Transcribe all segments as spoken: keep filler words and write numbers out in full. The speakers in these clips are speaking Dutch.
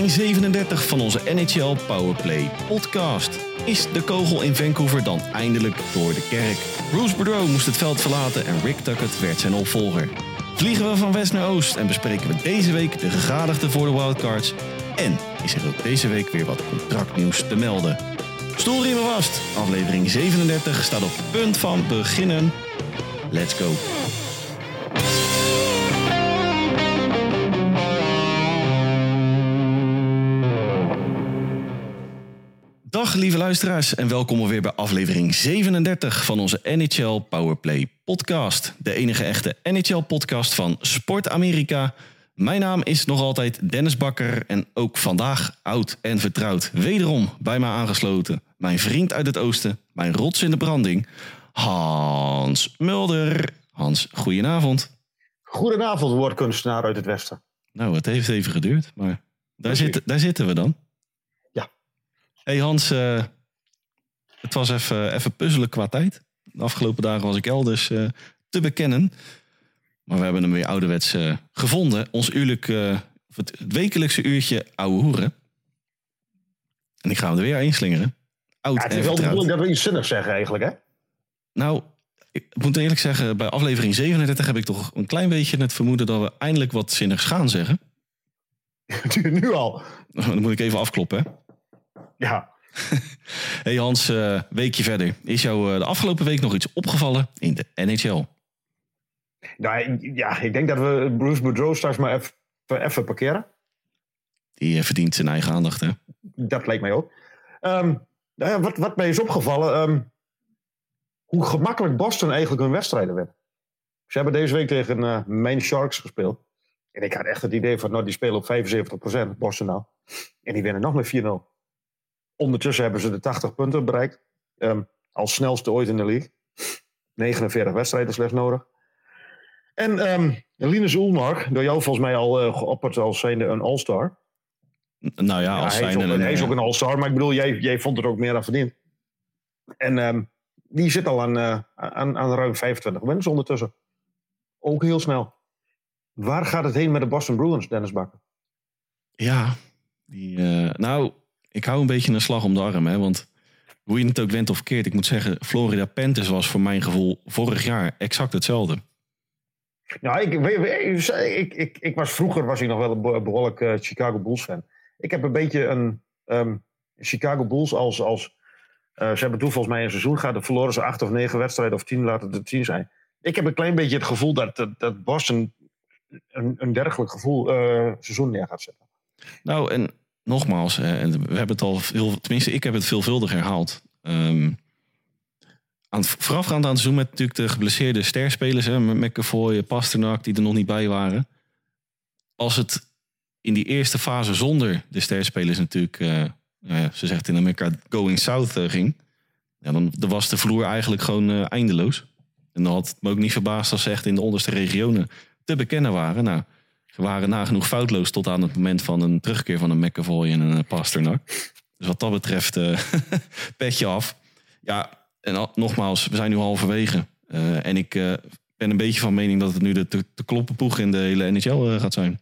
aflevering zevenendertig van onze N H L Powerplay podcast. Is de kogel in Vancouver dan eindelijk door de kerk? Bruce Boudreau moest het veld verlaten en Rick Tuckett werd zijn opvolger. Vliegen we van west naar oost en bespreken we deze week de gegadigden voor de wildcards. En is er ook deze week weer wat contractnieuws te melden. Stoel me vast. Aflevering zevenendertig staat op het punt van beginnen. Let's go. Dag lieve luisteraars en welkom alweer bij aflevering zevenendertig van onze N H L Powerplay podcast. De enige echte N H L podcast van Sport Amerika. Mijn naam is nog altijd Dennis Bakker en ook vandaag oud en vertrouwd. Wederom bij mij aangesloten, mijn vriend uit het oosten, mijn rots in de branding, Hans Mulder. Hans, goedenavond. Goedenavond, woordkunstenaar uit het westen. Nou, het heeft even geduurd, maar daar, zit, daar zitten we dan. Ja. Hey Hans, uh, het was even, even puzzelen qua tijd. De afgelopen dagen was ik elders uh, te bekennen. Maar we hebben hem weer ouderwets uh, gevonden. Ons uurlijk, uh, het, het wekelijkse uurtje ouwe hoeren. En ik ga hem er weer inslingeren. Oud ja, het is en wel vertrouwd. bedoeling dat we iets zinnigs zeggen eigenlijk, hè? Nou, ik moet eerlijk zeggen, bij aflevering zevenendertig heb ik toch een klein beetje het vermoeden dat we eindelijk wat zinnigs gaan zeggen. Nu al. Dan moet ik even afkloppen, hè? Ja. Hey Hans, uh, weekje verder. Is jou uh, de afgelopen week nog iets opgevallen in de N H L? Nou, ja, ik denk dat we Bruce Boudreau straks maar even, even parkeren. Die uh, verdient zijn eigen aandacht, hè? Dat leek mij ook. Um, nou ja, wat, wat mij is opgevallen, um, hoe gemakkelijk Boston eigenlijk hun wedstrijden wint. Ze hebben deze week tegen uh, Maine Sharks gespeeld. En ik had echt het idee van, nou, die spelen op vijfenzeventig procent, Boston nou. En die winnen nog met vier nul. Ondertussen hebben ze de tachtig punten bereikt. Um, als snelste ooit in de league. negenenveertig wedstrijden slechts nodig. En um, Linus Ullmark, door jou volgens mij al uh, geopperd als zijnde een all-star. Nou ja, als ja, hij, is ook, een, hij is ook een all-star, maar ik bedoel, jij, jij vond het ook meer dan verdiend. En um, die zit al aan, uh, aan, aan ruim vijfentwintig wins ondertussen. Ook heel snel. Waar gaat het heen met de Boston Bruins, Dennis Bakker? Ja, die, uh, nou, ik hou een beetje een slag om de arm, hè, want hoe je het ook went of keert, ik moet zeggen, Florida Panthers was voor mijn gevoel vorig jaar exact hetzelfde. Nou, ik, ik, ik, ik, ik was vroeger was ik nog wel een behoorlijk uh, Chicago Bulls fan. Ik heb een beetje een um, Chicago Bulls als... als uh, ze hebben toen volgens mij een seizoen gehad. Dan verloren ze acht of negen wedstrijden of tien, laten het er tien zijn. Ik heb een klein beetje het gevoel dat, dat, dat Boston een, een dergelijk gevoel uh, seizoen neer gaat zetten. Nou, en nogmaals, uh, we hebben het al veel... Tenminste, ik heb het veelvuldig herhaald. Um, aan het, voorafgaand aan het seizoen met natuurlijk de geblesseerde sterspelers, hè, met McAvoy, Pasternak, die er nog niet bij waren. Als het in die eerste fase zonder de sterspelers natuurlijk, uh, ja, ze zegt in Amerika, going south uh, ging, ja, dan, dan was de vloer eigenlijk gewoon uh, eindeloos. En dan had het me ook niet verbaasd als ze echt in de onderste regionen te bekennen waren. Nou, ze waren nagenoeg foutloos tot aan het moment van een terugkeer van een McAvoy en een Pasternak. Dus wat dat betreft, uh, petje af. Ja, en al, nogmaals, we zijn nu halverwege. Uh, en ik uh, ben een beetje van mening dat het nu de te, te kloppen poeg in de hele N H L uh, gaat zijn.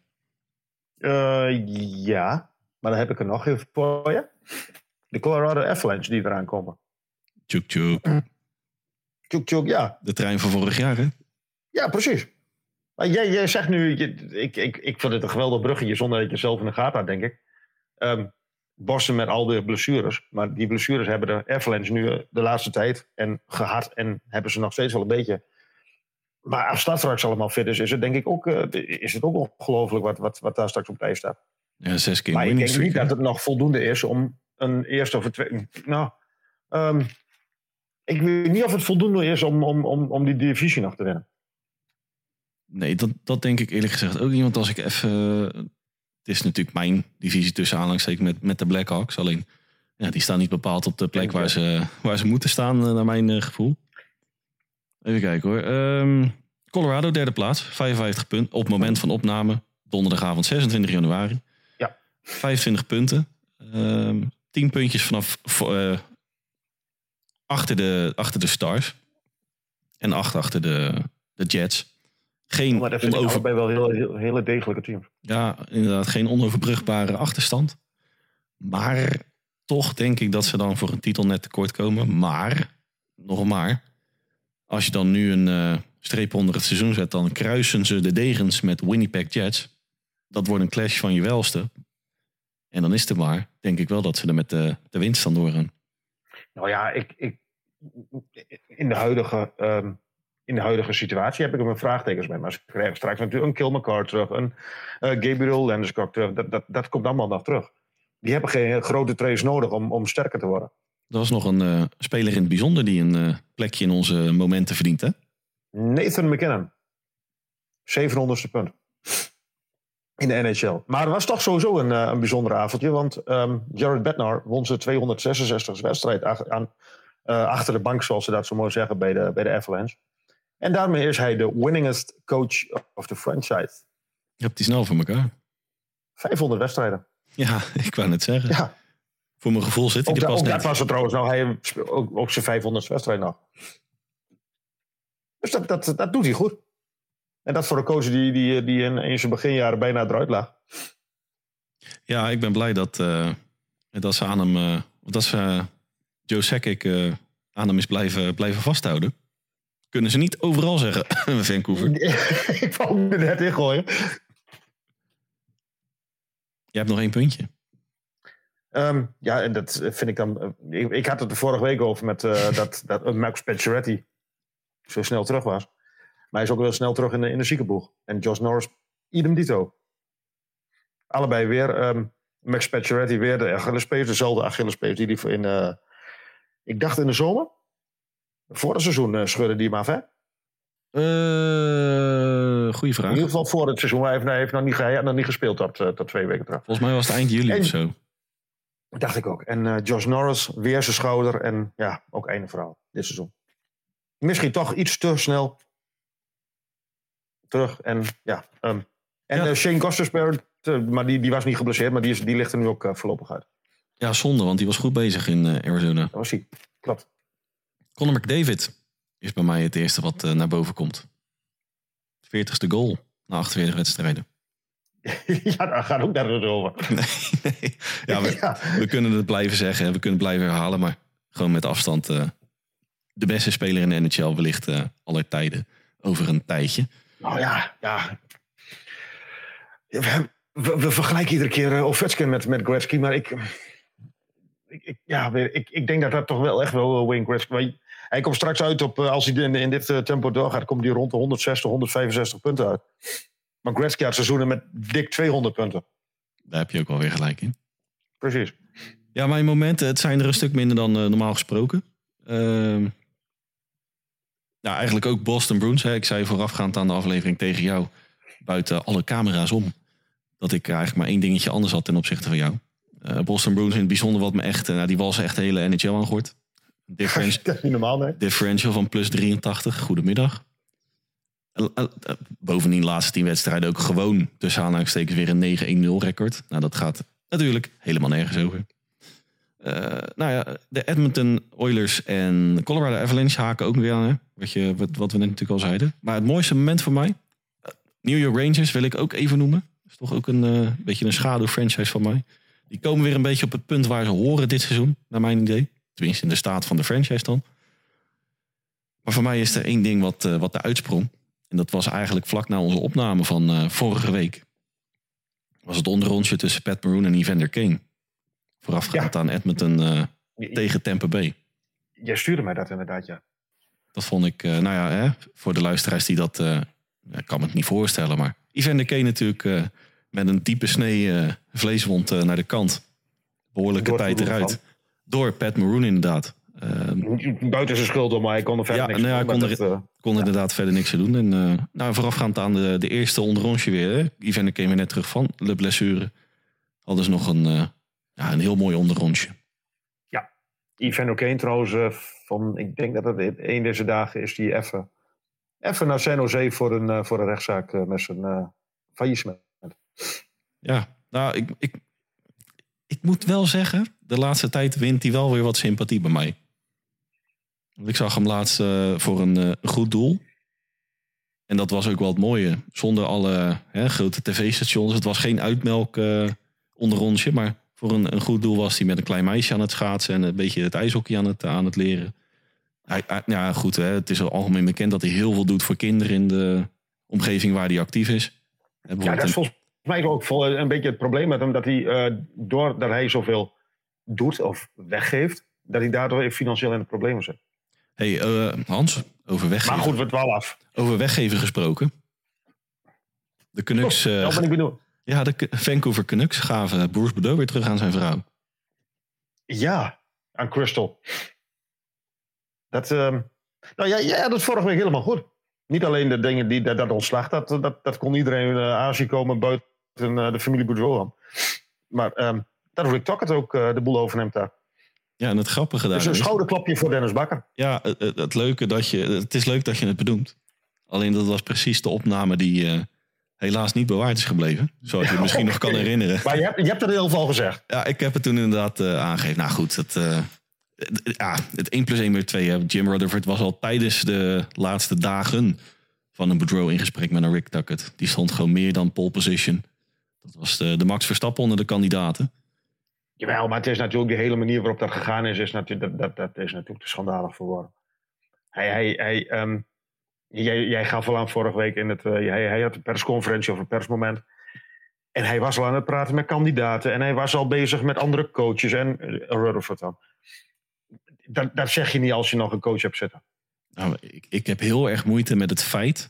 Uh, ja, maar dan heb ik er nog even voor je. De Colorado Avalanche die eraan komen. Tjoek tjoek. Tjoek tjoek, ja. De trein van vorig jaar, hè? Ja, precies. Maar jij, jij zegt nu, je, ik, ik, ik vind het een geweldig bruggetje zonder dat je zelf in de gaten had, denk ik. Um, Boston met al de blessures. Maar die blessures hebben de Avalanche nu de laatste tijd en gehad. En hebben ze nog steeds wel een beetje. Maar als dat straks allemaal fit is, is het denk ik ook, uh, is het ook ongelooflijk wat, wat, wat daar straks op prijs staat. Ja, zes keer maar ik denk streak, niet dat het nog voldoende is om een eerste of een tweede... Nou, um, ik weet niet of het voldoende is om, om, om, om die divisie nog te winnen. Nee, dat, dat denk ik eerlijk gezegd ook niet. Want als ik even... Het is natuurlijk mijn divisie tussen aanhalingstekens met, met de Blackhawks. Alleen, ja, die staan niet bepaald op de plek waar ze, waar ze moeten staan, naar mijn uh, gevoel. Even kijken hoor. Um, Colorado, derde plaats. vijfenvijftig punten op het moment van opname. Donderdagavond zesentwintig januari. Ja. vijfentwintig punten. Um, tien puntjes vanaf uh, achter, de, achter de Stars. En acht achter de, de Jets. Geen Maar dat vind ik onover... allebei wel heel, heel, hele degelijke teams. Ja, inderdaad, geen onoverbrugbare achterstand. Maar toch denk ik dat ze dan voor een titel net tekort komen. Maar, nog een maar, als je dan nu een uh, streep onder het seizoen zet, dan kruisen ze de degens met Winnipeg Jets. Dat wordt een clash van je welste. En dan is het maar, denk ik wel dat ze er met de, de winst dan doorgaan. Nou ja, ik, ik, in, de huidige, um, in de huidige situatie heb ik er mijn vraagtekens bij. Maar ze krijgen straks natuurlijk een Kill McCarr terug. Een uh, Gabriel Landeskog terug. Dat, dat, dat komt allemaal nog terug. Die hebben geen grote trades nodig om, om sterker te worden. Er was nog een uh, speler in het bijzonder die een uh, plekje in onze momenten verdient, hè? Nathan McKinnon. zevenhonderdste punt. In de N H L. Maar het was toch sowieso een, uh, een bijzonder avondje. Want um, Jared Bednar won zijn tweehonderdzesenzestigste wedstrijd ach- aan, uh, achter de bank, zoals ze dat zo mooi zeggen, bij de, bij de Avalanche. En daarmee is hij de winningest coach of the franchise. Je hebt die snel voor elkaar. vijfhonderd wedstrijden. Ja, ik wou net zeggen. Ja. Voor mijn gevoel zit hij Ook, er da- pas ook net. dat was het trouwens. Nou, hij speelt ook, ook zijn vijfhonderdste wedstrijd nog. Dus dat, dat, dat doet hij goed. En dat voor een coach die, die, die in, in zijn beginjaren bijna eruit lag. Ja, ik ben blij dat, uh, dat ze aan hem... Uh, dat ze uh, Joe Sakic uh, aan hem is blijven, blijven vasthouden. Kunnen ze niet overal zeggen, Vancouver. Ik wou er net in gooien. Je hebt nog één puntje. Um, ja, en dat vind ik dan... Uh, ik, ik had het er vorige week over met uh, dat, dat uh, Max Pacioretty zo snel terug was. Maar hij is ook wel snel terug in de, in de ziekenboeg. En Josh Norris, idem dito. Allebei weer. Um, Max Pacioretty weer de Achillespees. Dezelfde Achillespees die hij in... Uh, ik dacht in de zomer. Vorig seizoen uh, schudde die hem af, hè? Uh, goeie vraag. In ieder geval voor het seizoen. Hij heeft, hij heeft nog, niet, hij had nog niet gespeeld tot, uh, tot twee weken terug. Volgens mij was het eind juli en, of zo. Dacht ik ook. En uh, Josh Norris, weer zijn schouder. En ja, ook einde verhaal dit seizoen. Misschien toch iets te snel terug. En ja. Um, en ja. Uh, Shane Gostisbehere, uh, maar die, die was niet geblesseerd. Maar die, is, die ligt er nu ook uh, voorlopig uit. Ja, zonde, want die was goed bezig in uh, Arizona. Dat was hij. Klopt. Connor McDavid is bij mij het eerste wat uh, naar boven komt. veertigste goal na achtenveertig wedstrijden. Ja, daar gaat ook nergens over. Nee, nee. Ja, we, ja. we kunnen het blijven zeggen en we kunnen het blijven herhalen. Maar gewoon met afstand uh, de beste speler in de N H L wellicht uh, aller tijden over een tijdje. Nou ja, ja. We, we, we vergelijken iedere keer uh, Ovechkin met, met Gretzky. Maar ik, ik, ik, ja, ik, ik denk dat dat toch wel echt wel Wayne Gretzky... Hij komt straks uit op, als hij in, in dit uh, tempo doorgaat, komt hij rond de honderdzestig, honderdvijfenzestig punten uit. Maar Gretzky had seizoenen met dik tweehonderd punten. Daar heb je ook wel weer gelijk in. Precies. Ja, mijn momenten, het zijn er een stuk minder dan uh, normaal gesproken. Uh, ja, eigenlijk ook Boston Bruins. Hè. Ik zei voorafgaand aan de aflevering tegen jou, buiten alle camera's om, dat ik eigenlijk maar één dingetje anders had ten opzichte van jou. Uh, Boston Bruins in het bijzonder wat me echt, uh, die was echt de hele N H L aangooit. Differential, dat is niet normaal, nee. Differential van plus drieëntachtig. Goedemiddag. Uh, uh, uh, bovendien de laatste tien wedstrijden ook gewoon tussen aanhalingstekens weer een negen een nul record. Nou, dat gaat natuurlijk helemaal nergens over. Uh, nou ja, de Edmonton Oilers en Colorado Avalanche haken ook weer aan. Hè? Wat, je, wat, wat we net natuurlijk al zeiden. Maar het mooiste moment voor mij, uh, New York Rangers wil ik ook even noemen. Dat is toch ook een uh, beetje een schaduwfranchise van mij. Die komen weer een beetje op het punt waar ze horen dit seizoen, naar mijn idee. Tenminste in de staat van de franchise dan. Maar voor mij is er één ding wat, uh, wat er uitsprong. En dat was eigenlijk vlak na onze opname van uh, vorige week. Was het onderrondje tussen Pat Maroon en Evander Kane. Voorafgaand ja. aan Edmonton uh, je, tegen Tampa Bay. Jij stuurde mij dat inderdaad, ja. Dat vond ik, uh, nou ja, hè, voor de luisteraars die dat... Uh, ik kan me het niet voorstellen, maar... Evander Kane natuurlijk uh, met een diepe snee uh, vleeswond uh, naar de kant. Behoorlijke Door tijd eruit. Van. Door Pat Maroon inderdaad. Uh, Buiten zijn schuld, maar hij kon er verder ja, niks nou ja, doen. Hij kon, er, uh, kon ja. inderdaad verder niks aan doen. En uh, nou, voorafgaand aan de, de eerste onderrondje weer. Evander Kane weer net terug van de blessure. Hadden ze nog een, uh, ja, een heel mooi onderrondje. Ja, Evander Kane trouwens, uh, van, ik denk dat het een deze dagen is die even, even naar San Jose voor een, uh, voor een rechtszaak uh, met zijn uh, faillissement. Ja, nou, ik, ik, ik moet wel zeggen, de laatste tijd wint hij wel weer wat sympathie bij mij. Ik zag hem laatst uh, voor een uh, goed doel. En dat was ook wel het mooie. Zonder alle hè, grote tv-stations. Het was geen uitmelk uh, onderrondje. Maar voor een, een goed doel was hij met een klein meisje aan het schaatsen. En een beetje het ijshockey aan het, aan het leren. Hij, hij, ja, goed. Hè, het is al algemeen bekend dat hij heel veel doet voor kinderen in de omgeving waar hij actief is. Ja, dat is volgens mij ook vol, een beetje het probleem met hem. Dat hij, uh, doordat hij zoveel doet of weggeeft, dat hij daardoor financieel in de problemen zit. Hey, uh, Hans, over weggeven. Maar goed, we dwalen af. Over weggeven gesproken. De Canucks... Oh, dat ben ik benieuwd. Ja, de Vancouver Canucks gaven Bruce Boudreau weer terug aan zijn vrouw. Ja, aan Crystal. Dat, uh, nou ja, ja, dat is vorige week helemaal goed. Niet alleen de dingen die dat, dat ontslag, dat, dat, dat kon iedereen uh, aanzien komen buiten uh, de familie Boudreau. Maar um, dat Rick Tocchet ook uh, de boel overneemt daar. Ja, en het grappige daar is... Dus een schouderklapje voor Dennis Bakker. Ja, het, het, het leuke dat je... Het is leuk dat je het bedoelt. Alleen dat was precies de opname die uh, helaas niet bewaard is gebleven. Zoals je het misschien nog kan herinneren. Maar je hebt, je hebt het in ieder geval gezegd. Ja, ik heb het toen inderdaad uh, aangegeven. Nou goed, het, uh, ja, het één plus één meer twee. Hè. Jim Rutherford was al tijdens de laatste dagen van een Boudreau in gesprek met een Rick Tocchet. Die stond gewoon meer dan pole position. Dat was de, de Max Verstappen onder de kandidaten. Jawel, maar het is natuurlijk de hele manier waarop dat gegaan is, is natuurlijk, dat, dat, dat is natuurlijk te schandalig voor woorden. Hij, hij, hij, um, jij, jij gaf al aan vorige week in het, uh, hij, hij had een persconferentie of een persmoment. En hij was al aan het praten met kandidaten. En hij was al bezig met andere coaches. En uh, Rutherford dan. Dat, dat zeg je niet als je nog een coach hebt zitten. Nou, ik, ik heb heel erg moeite met het feit.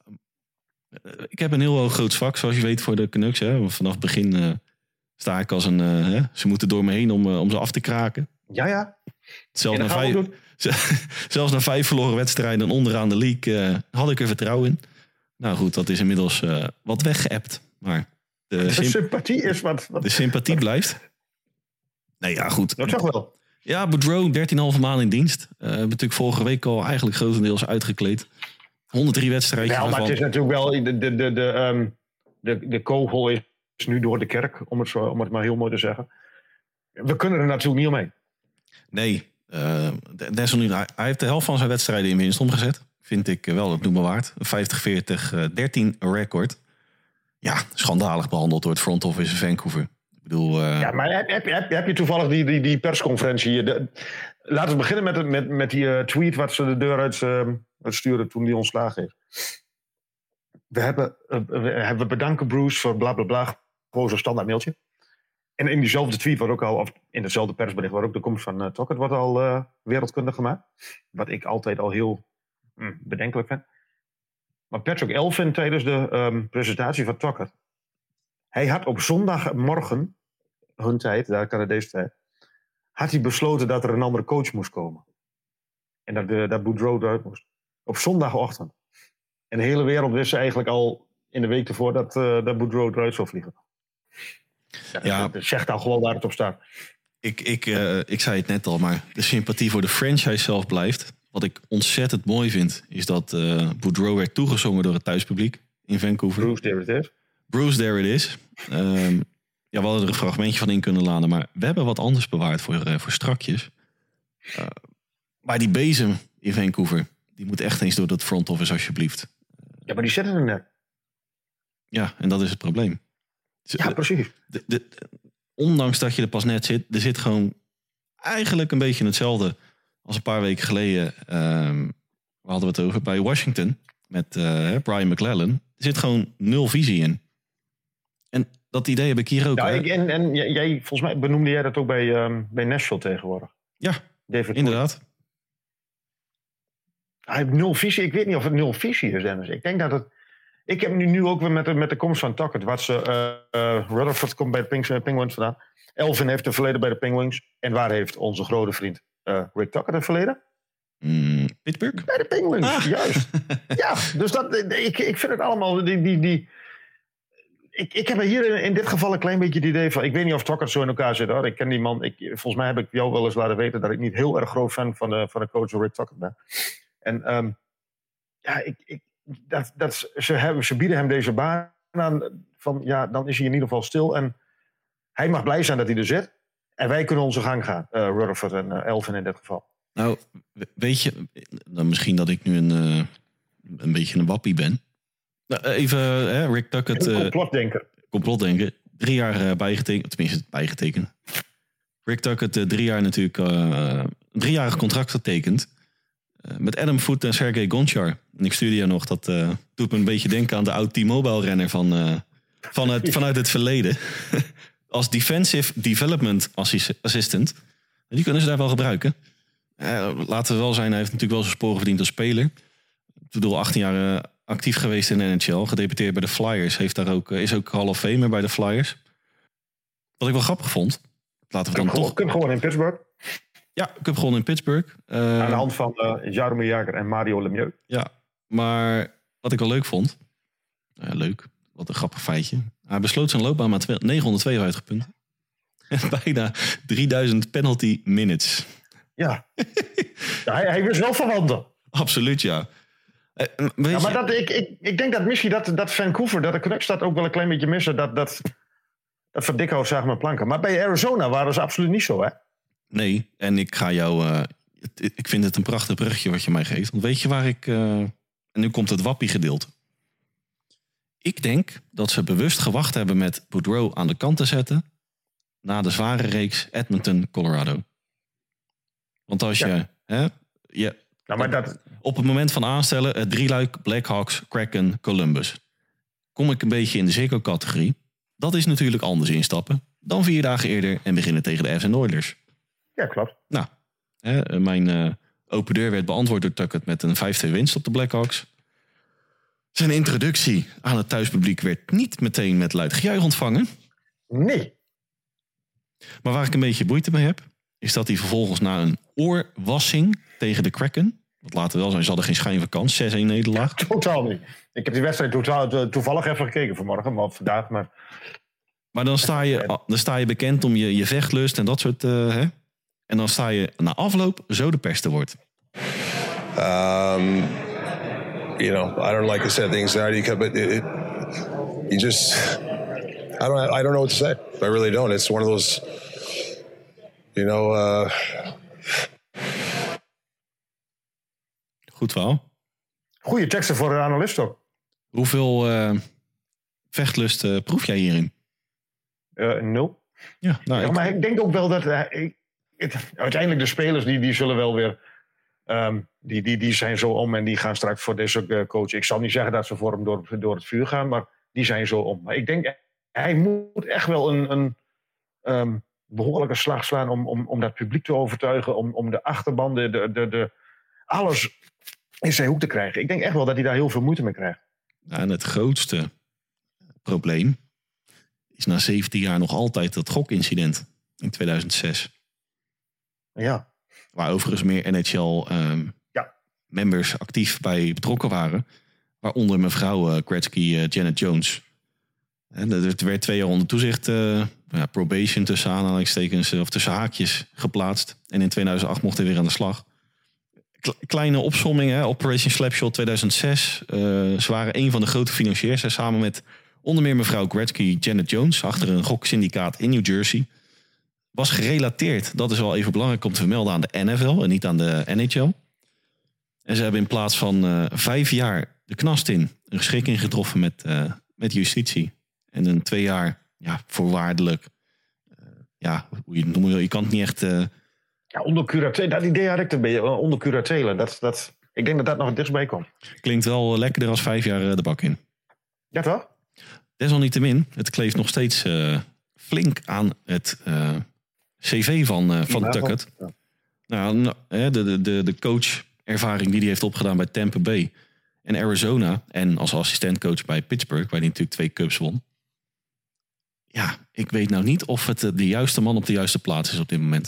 Ik heb een heel groot zwak, zoals je weet, voor de Canucks. Hè. Vanaf het begin uh, sta ik als een... Uh, hè, ze moeten door me heen om, uh, om ze af te kraken. Ja, ja. Zelfs na, vijf, zelfs na vijf verloren wedstrijden en onderaan de league uh, had ik er vertrouwen in. Nou goed, dat is inmiddels uh, wat weggeëpt. Maar de, de symp- sympathie is wat... wat de sympathie wat, blijft. Nee, ja, goed. Dat zag wel. Ja, Boudreau, dertien komma vijf maand in dienst. Uh, we hebben natuurlijk vorige week al eigenlijk grotendeels uitgekleed. honderd drie wedstrijden. Ja, maar waarvan... het is natuurlijk wel... De, de, de, de, um, de, de kogel is nu door de kerk, om het, zo, om het maar heel mooi te zeggen. We kunnen er natuurlijk niet omheen. Nee. Uh, desalniettemin, hij heeft de helft van zijn wedstrijden in winst omgezet. Vind ik wel het noemen waard. vijftig veertig dertien record. Ja, schandalig behandeld door het front office in Vancouver. Ik bedoel... Uh... Ja, maar heb, heb, heb, heb je toevallig die, die, die persconferentie... De, laten we beginnen met, met, met die uh, tweet wat ze de deur uit, uh, uit sturen toen die ontslagen heeft. We hebben, uh, we hebben bedanken Bruce voor bla bla bla. Gewoon zo'n standaard mailtje. En in diezelfde tweet wordt ook al, of in hetzelfde persbericht, wordt ook de komst van uh, Tocchet wordt al uh, wereldkundig gemaakt. Wat ik altijd al heel mm, bedenkelijk vind. Maar Patrick Elfin tijdens de um, presentatie van Tocchet. Hij had op zondagmorgen, hun tijd, daar Canadese tijd, had hij besloten dat er een andere coach moest komen. En dat, de, dat Boudreau eruit moest. Op zondagochtend. En de hele wereld wist eigenlijk al in de week ervoor dat, uh, dat Boudreau eruit zou vliegen. Ja, ja. Dat zegt al gewoon waar het op staat. Ik, ik, uh, ik zei het net al, maar de sympathie voor de franchise zelf blijft. Wat ik ontzettend mooi vind, is dat uh, Boudreau werd toegezongen door het thuispubliek in Vancouver. Bruce, there it is. Bruce, there it is. Um, ja, we hadden er een fragmentje van in kunnen laden, maar we hebben wat anders bewaard voor, uh, voor strakjes. Uh, maar die bezem in Vancouver, die moet echt eens door dat front office alsjeblieft. Ja, maar die zitten er net. Ja, en dat is het probleem. Ja, precies. De, de, de, ondanks dat je er pas net zit, er zit gewoon eigenlijk een beetje hetzelfde als een paar weken geleden. Um, we hadden we het over bij Washington met uh, Brian McClellan. Er zit gewoon nul visie in. En dat idee heb ik hier ook. Ja, ik, en, en jij, volgens mij benoemde jij dat ook bij, um, bij Nashville tegenwoordig. Ja, David inderdaad. Hij heeft nul visie. Ik weet niet of het nul visie is, Dennis. Ik denk dat het... Ik heb nu, nu ook weer met de, met de komst van Tocchet. Wat ze, uh, uh, Rutherford komt bij de Ping, Penguins vandaan. Elfin heeft een verleden bij de Penguins. En waar heeft onze grote vriend uh, Rick Tocchet een verleden? Mm, Pittsburgh? Bij de Penguins, ah. Juist. Ja, dus dat, ik, ik vind het allemaal... Die, die, die, ik, ik heb hier in, in dit geval een klein beetje het idee van... Ik weet niet of Tocchet zo in elkaar zit, hoor. Ik ken die man... Ik, volgens mij heb ik jou wel eens laten weten... dat ik niet heel erg groot fan van de, van de coach Rick Tocchet ben. En um, ja, ik... ik Dat, dat, ze, hebben, ze bieden hem deze baan aan. Van, ja, dan is hij in ieder geval stil. En hij mag blij zijn dat hij er zit. En wij kunnen onze gang gaan. Uh, Rutherford en uh, Elfin in dit geval. Nou, weet je... Dan misschien dat ik nu een, uh, een beetje een wappie ben. Nou, even, hè, Rick Tuckett... Uh, complotdenker. Complotdenken. Drie jaar uh, bijgetekend, tenminste bijgetekend. Rick Tuckett uh, drie jaar natuurlijk... Uh, een driejarig contract getekend. Uh, met Adam Foote en Sergej Gonchar. En ik stuurde je nog, dat uh, doet me een beetje denken aan de oud T-Mobile renner van, uh, van het, vanuit het verleden. Als defensive development assistant. Die kunnen ze daar wel gebruiken. Uh, laten we wel zijn, hij heeft natuurlijk wel zijn sporen verdiend als speler. Ik bedoel, achttien jaar uh, actief geweest in de N H L. Gedebuteerd bij de Flyers. Heeft daar ook, uh, is ook Hall of Famer bij de Flyers. Wat ik wel grappig vond. Laten we dan Cup, toch... Cup gewoon in Pittsburgh. Ja, Cup gewonnen in Pittsburgh. Uh, Aan de hand van uh, Jaromir Jagr en Mario Lemieux. Ja, maar wat ik wel leuk vond... Uh, leuk, wat een grappig feitje. Hij besloot zijn loopbaan met negenhonderdtweeënvijftig punten. En bijna drieduizend penalty minutes. Ja, ja hij, hij wist wel verwanden. Absoluut, ja. Uh, weet ja maar je... dat, ik, ik, ik denk dat misschien dat, dat Vancouver, dat de Canucks dat ook wel een klein beetje missen. Dat, dat, dat Van Dikhout zagen met planken. Maar bij Arizona waren ze absoluut niet zo, hè? Nee, en ik ga jou... Uh, ik vind het een prachtig bruggetje wat je mij geeft. Want weet je waar ik... Uh, en nu komt het wappie gedeelte. Ik denk dat ze bewust gewacht hebben met Boudreau aan de kant te zetten... na de zware reeks Edmonton, Colorado. Want als je... Ja. Hè, je nou, maar dat... op het moment van aanstellen... het drieluik Blackhawks, Kraken, Columbus... kom ik een beetje in de Zeko-categorie. Dat is natuurlijk anders instappen... dan vier dagen eerder en beginnen tegen de Avs en Oilers. Ja, klopt. Nou, hè, mijn uh, open deur werd beantwoord door Tuckett... met een vijf twee winst op de Blackhawks. Zijn introductie aan het thuispubliek... werd niet meteen met luid gejuich ontvangen. Nee. Maar waar ik een beetje moeite mee heb... is dat hij vervolgens na een oorwassing tegen de Kraken... wat later wel zijn, ze hadden geen schijn van kans. zes één nederlaag. Ja, totaal niet. Ik heb die wedstrijd totaal, toevallig even gekeken vanmorgen, maar vandaag. Maar, maar dan, sta je, dan sta je bekend om je, je vechtlust en dat soort... Uh, hè? En dan sta je na afloop zo de pers te woord. Um, you know, I don't like to say things that you but it, it, you just... I don't, I don't know what to say. I really don't. It's one of those, you know... Uh... Goed verhaal. Goeie teksten voor een analist ook. Hoeveel uh, vechtlust uh, proef jij hierin? Uh, nul. Ja, nou, ja, ik... maar ik denk ook wel dat... Uh, ik, het, uiteindelijk de spelers die, die zullen wel weer... Um, die, die, die zijn zo om en die gaan straks voor deze uh, coach. Ik zal niet zeggen dat ze voor hem door, door het vuur gaan, maar die zijn zo om. Maar ik denk, hij moet echt wel een, een um, behoorlijke slag slaan om, om, om dat publiek te overtuigen, om, om de achterban, de, de, de, de, alles in zijn hoek te krijgen. Ik denk echt wel dat hij daar heel veel moeite mee krijgt. Nou, en het grootste probleem is na zeventien jaar nog altijd dat gokincident in tweeduizend zes. Ja. Waar overigens meer N H L um, ja. members actief bij betrokken waren. Waaronder mevrouw uh, Gretzky, uh, Janet Jones. En er werd twee jaar onder toezicht uh, ja, probation tussen aanhalingstekens of tussen haakjes geplaatst. En in tweeduizend acht mocht hij weer aan de slag. Kleine opsomming, hè. Operation Slapshot tweeduizend zes. Uh, ze waren een van de grote financiers. Hè, samen met onder meer mevrouw Gretzky, Janet Jones. Achter een goksyndicaat in New Jersey. Was gerelateerd, dat is wel even belangrijk om te vermelden, aan de N F L en niet aan de N H L. En ze hebben in plaats van uh, vijf jaar de knast in een geschikking getroffen met, uh, met justitie. En een twee jaar ja, voorwaardelijk. Uh, ja, hoe je het noemt, je kan het niet echt... Uh... Ja, onder curatele, dat idee had ik een beetje, onder curatele. Dat, dat, ik denk dat dat nog het dichtstbij komt. Klinkt wel lekkerder als vijf jaar uh, de bak in. Ja, toch? Desalniettemin, het kleeft nog steeds uh, flink aan het... Uh, C V van, uh, van Tuckett. Ja. Nou, nou, de, de, de coachervaring die hij heeft opgedaan bij Tampa Bay en Arizona. En als assistentcoach bij Pittsburgh, waar hij natuurlijk twee cups won. Ja, ik weet nou niet of het de juiste man op de juiste plaats is op dit moment.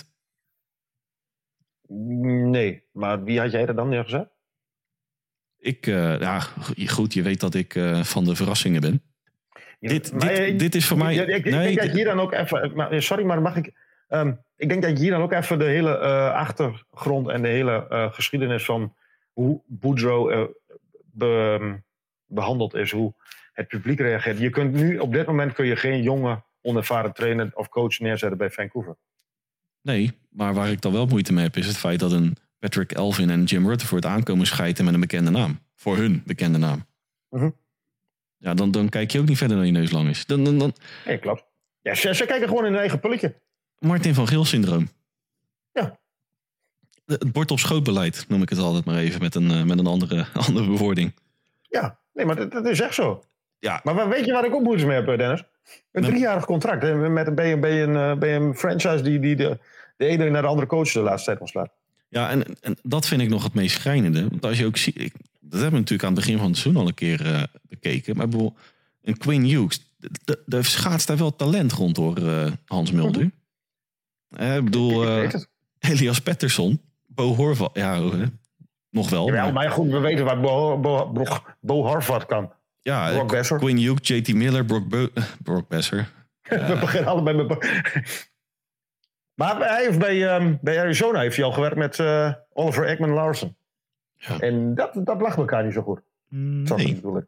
Nee, maar wie had jij er dan neergezet? Ik, uh, ja, goed, je weet dat ik uh, van de verrassingen ben. Ja, dit, dit, uh, dit is voor mij... Ik, ik, nee, ik denk dat hier dan ook even... Maar, sorry, maar mag ik... Um, ik denk dat je hier dan ook even de hele uh, achtergrond en de hele uh, geschiedenis van hoe Boudreau uh, be, behandeld is, hoe het publiek reageert. Je kunt nu, op dit moment kun je geen jonge, onervaren trainer of coach neerzetten bij Vancouver. Nee, maar waar ik dan wel moeite mee heb is het feit dat een Patrick Elvin en Jim Rutherford aankomen schijten met een bekende naam. voor hun bekende naam. Mm-hmm. Ja, dan, dan kijk je ook niet verder dan je neus lang is. Dan, dan, dan... Nee, klopt. Ja, ze, ze kijken gewoon in hun eigen pulletje. Martin van Geel syndroom. Ja. Het bord op schoot beleid noem ik het altijd maar even met een, uh, met een andere, andere bewoording. Ja, nee, maar dat, dat is echt zo. Ja. Maar weet je waar ik ook moeite mee heb, Dennis? Een Met... driejarig contract. Hè? Met een, bij, een, bij, een, bij een franchise die, die de, de ene naar de andere coach de laatste tijd ontslaat. Ja, en, en dat vind ik nog het meest schrijnende. Want als je ook ziet... Ik, dat hebben we natuurlijk aan het begin van het seizoen al een keer uh, bekeken. Maar bijvoorbeeld een Quinn Hughes. Er schaatst daar wel talent rond door uh, Hans Mulder. Mm-hmm. Uh, ik bedoel, uh, ik Elias Pettersson. Bo Horvath. Ja, uh, nog wel. Ja, maar... maar goed, we weten waar Bo, Bo, Bo, Bo Horvath kan. Ja, Brock Besser. Quinn Hughes, J T Miller, Brock, Bo, Brock Besser. Uh. We beginnen allebei met... Maar hij heeft bij, um, bij Arizona heeft hij al gewerkt met uh, Oliver Ekman Larsen. Ja. En dat, dat lag elkaar niet zo goed. Nee. Zo bedoel ik.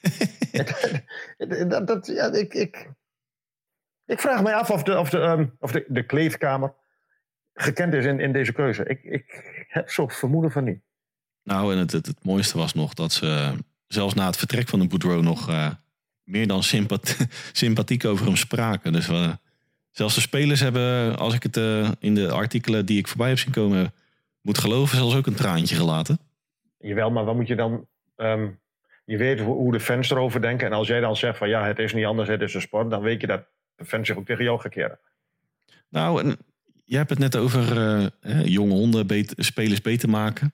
dat, dat, ja, ik, ik, ik vraag mij af of de, of de, um, of de, de kleedkamer gekend is in, in deze keuze. Ik, ik heb zo'n vermoeden van niet. Nou, en het, het, het mooiste was nog dat ze zelfs na het vertrek van de Boudreau nog uh, meer dan sympath- sympathiek over hem spraken. Dus uh, zelfs de spelers hebben, als ik het uh, in de artikelen die ik voorbij heb zien komen moet geloven, zelfs ook een traantje gelaten. Jawel, maar wat moet je dan... Um, je weet hoe de fans erover denken. En als jij dan zegt van ja, het is niet anders, het is een sport. Dan weet je dat de fans zich ook tegen jou gaan keren. Nou, en je hebt het net over uh, eh, jonge honden beter, spelers beter maken.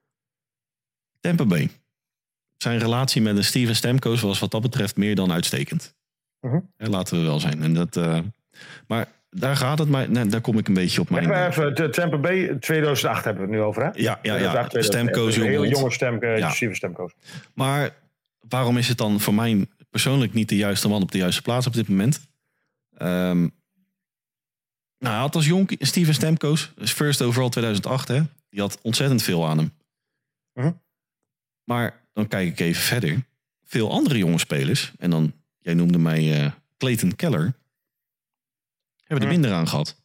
Tampa Bay. Zijn relatie met een Steven Stamkos was wat dat betreft meer dan uitstekend. Uh-huh. Hè, laten we wel zijn. En dat, uh, maar daar gaat het, maar nee, daar kom ik een beetje op mijn... Ja, even, Tampa Bay tweeduizend acht hebben we het nu over, hè? Ja, ja, ja. Stamkos, een hele jonge stem, uh, ja. Steven Stamkos. Maar waarom is het dan voor mij persoonlijk niet de juiste man op de juiste plaats op dit moment? Um, nou, hij had als jong Steven Stamkos, first overall tweeduizend acht, hè? Die had ontzettend veel aan hem. Uh-huh. Maar dan kijk ik even verder. Veel andere jonge spelers, en dan, jij noemde mij uh, Clayton Keller, hebben er minder aan gehad.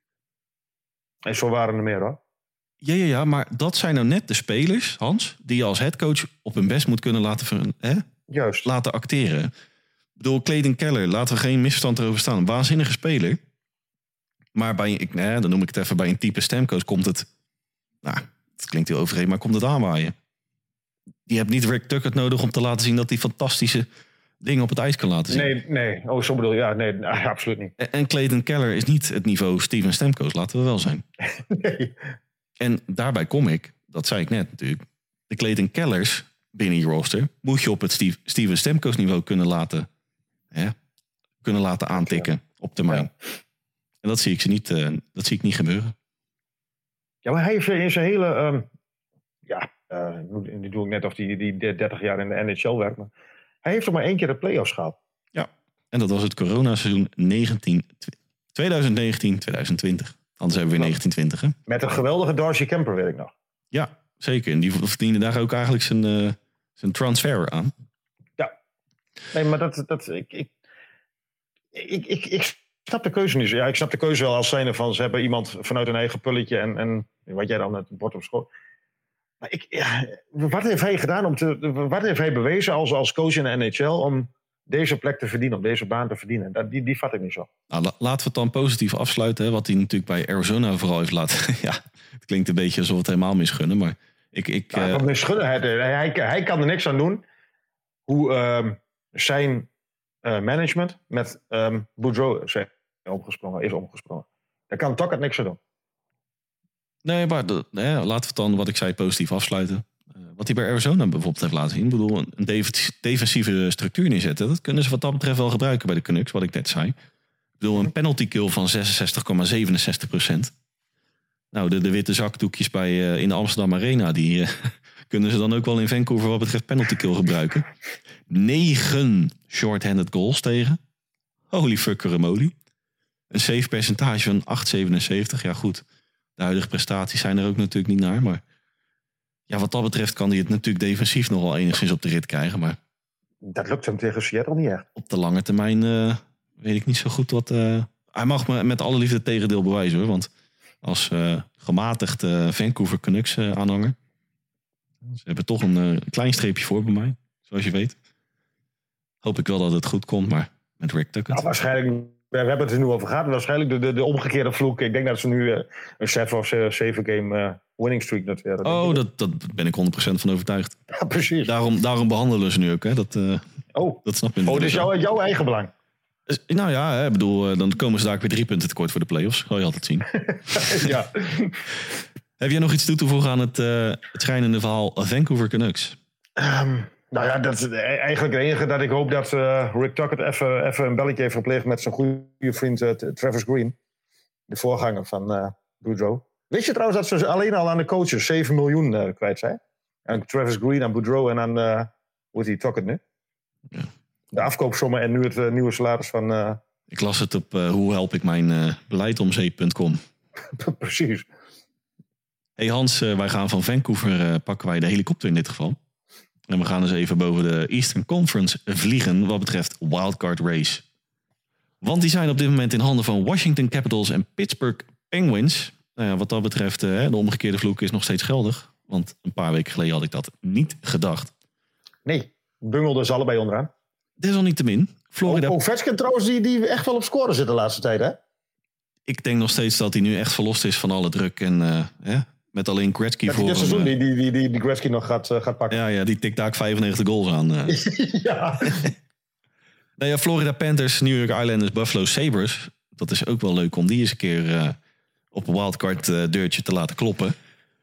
En zo waren er meer, hoor. Ja, ja, ja, maar dat zijn nou net de spelers, Hans, die je als headcoach op hun best moet kunnen laten, hè? Juist. laten acteren. Ik bedoel, Clayton Keller, laten we geen misverstand erover staan. Een waanzinnige speler. Maar bij, ik, nee, dan noem ik het even, bij een type Stamkos komt het, nou, het klinkt heel overheen, maar komt het aanwaaien. Je hebt niet Rick Tuckett nodig om te laten zien dat hij fantastische dingen op het ijs kan laten zien. Nee, nee. Oh, zo bedoel je. Ja, nee, nee, absoluut niet. En, en Clayton Keller is niet het niveau Steven Stamkos, laten we wel zijn. Nee. En daarbij kom ik, dat zei ik net natuurlijk, de Clayton Kellers binnen je roster moet je op het Steve, Steven Stamkos niveau kunnen laten, hè, kunnen laten aantikken ja. op termijn. Ja. En dat zie ik ze niet, uh, dat zie ik niet gebeuren. Ja, maar hij heeft in zijn hele, um, ja, uh, nu doe ik net of hij die, die dertig jaar in de N H L werkt, maar hij heeft er maar één keer de play-offs gehad. Ja, en dat was het coronaseizoen negentien, twintig negentien twintig twintig. Anders hebben we weer negentien twintig, hè? Met een geweldige Darcy Kemper, weet ik nog. Ja, zeker. En die verdiende daar ook eigenlijk zijn, uh, zijn transfer aan. Ja. Nee, maar dat... dat ik, ik, ik, ik, ik snap de keuze niet zo. Ja, ik snap de keuze wel als zijnde van... ze hebben iemand vanuit hun eigen pulletje... en, en wat jij dan het bord op schoot... Maar ik, ja, wat heeft hij gedaan om te... Wat heeft hij bewezen als, als coach in de N H L... om deze plek te verdienen, om deze baan te verdienen? Dat, die, die vat ik niet zo. Nou, la, laten we het dan positief afsluiten. Hè, wat hij natuurlijk bij Arizona vooral heeft laten... ja, het klinkt een beetje alsof we het helemaal misgunnen, maar... Ik, ik, ja, uh, misgunnen. Hij, hij, hij kan er niks aan doen. Hoe um, zijn uh, management met um, Boudreau is omgesprongen, is omgesprongen. Daar kan Tuckett niks aan doen. Nee, maar de, nee, laten we het dan, wat ik zei, positief afsluiten. Uh, wat hij bij Arizona bijvoorbeeld heeft laten zien. Ik bedoel, een, een defensieve structuur neerzetten. Dat kunnen ze wat dat betreft wel gebruiken bij de Canucks, wat ik net zei. Ik bedoel, een penalty kill van zesenzestig komma zevenenzestig procent. Nou, de, de witte zakdoekjes bij, uh, in de Amsterdam Arena... die uh, kunnen ze dan ook wel in Vancouver wat betreft penalty kill gebruiken. Negen short-handed goals tegen. Holy fucker moly. Een save percentage van acht komma zevenenzeventig. Ja goed, de huidige prestaties zijn er ook natuurlijk niet naar. Maar ja, wat dat betreft kan hij het natuurlijk defensief nog wel enigszins op de rit krijgen. Maar dat lukt hem tegen Seattle niet echt. Op de lange termijn uh, weet ik niet zo goed wat... Uh, hij mag me met alle liefde het tegendeel bewijzen hoor, want... Als uh, gematigd uh, Vancouver Canucks uh, aanhanger. Ze hebben toch een uh, klein streepje voor bij mij, zoals je weet. Hoop ik wel dat het goed komt, maar met Rick Tuckett. Nou, waarschijnlijk, we hebben het er nu over gehad. Waarschijnlijk de, de, de omgekeerde vloek. Ik denk dat ze nu uh, een zeven of zeven game uh, winning streak noteren. Oh, dat, dat ben ik honderd procent van overtuigd. Ja, precies. Daarom, daarom behandelen ze nu ook, hè. Dat, uh, oh. dat snap je. Oh, dus jouw, jouw eigen belang. Dus, nou ja, ik bedoel, dan komen ze daar weer drie punten tekort voor de play-offs. Zal je altijd zien. Ja. Heb jij nog iets toe te voegen aan het, uh, het schrijnende verhaal Vancouver Canucks? Um, nou ja, dat is eigenlijk het enige dat ik hoop dat uh, Rick Tuckett even, even een belletje heeft gepleegd met zijn goede vriend uh, Travis Green. De voorganger van uh, Boudreau. Weet je trouwens dat ze alleen al aan de coaches zeven miljoen uh, kwijt zijn? Aan Travis Green, aan Boudreau en aan, uh, hoe is die Tuckett nu? Ja. De afkoopsommen en nu het uh, nieuwe salaris van... Uh... Ik las het op uh, hoe help ik mijn uh, beleid om zee punt com. Precies. Hey Hans, uh, wij gaan van Vancouver, uh, pakken wij de helikopter in dit geval. En we gaan eens even boven de Eastern Conference vliegen wat betreft wildcard race. Want die zijn op dit moment in handen van Washington Capitals en Pittsburgh Penguins. Nou ja, wat dat betreft, uh, de omgekeerde vloek is nog steeds geldig. Want een paar weken geleden had ik dat niet gedacht. Nee, bungelden ze allebei onderaan. Desalniettemin, Florida... Oh, Ovechkin trouwens, die, die echt wel op scoren zit de laatste tijd, hè? Ik denk nog steeds dat hij nu echt verlost is van alle druk. En uh, hè, met alleen Gretzky dat voor dit seizoen hem, die, die, die, die, die Gretzky nog gaat, uh, gaat pakken. Ja, ja, die tikt daar vijfennegentig goals aan. Uh. Ja. Nou ja, Florida Panthers, New York Islanders, Buffalo Sabres. Dat is ook wel leuk om die eens een keer uh, op een wildcard uh, deurtje te laten kloppen.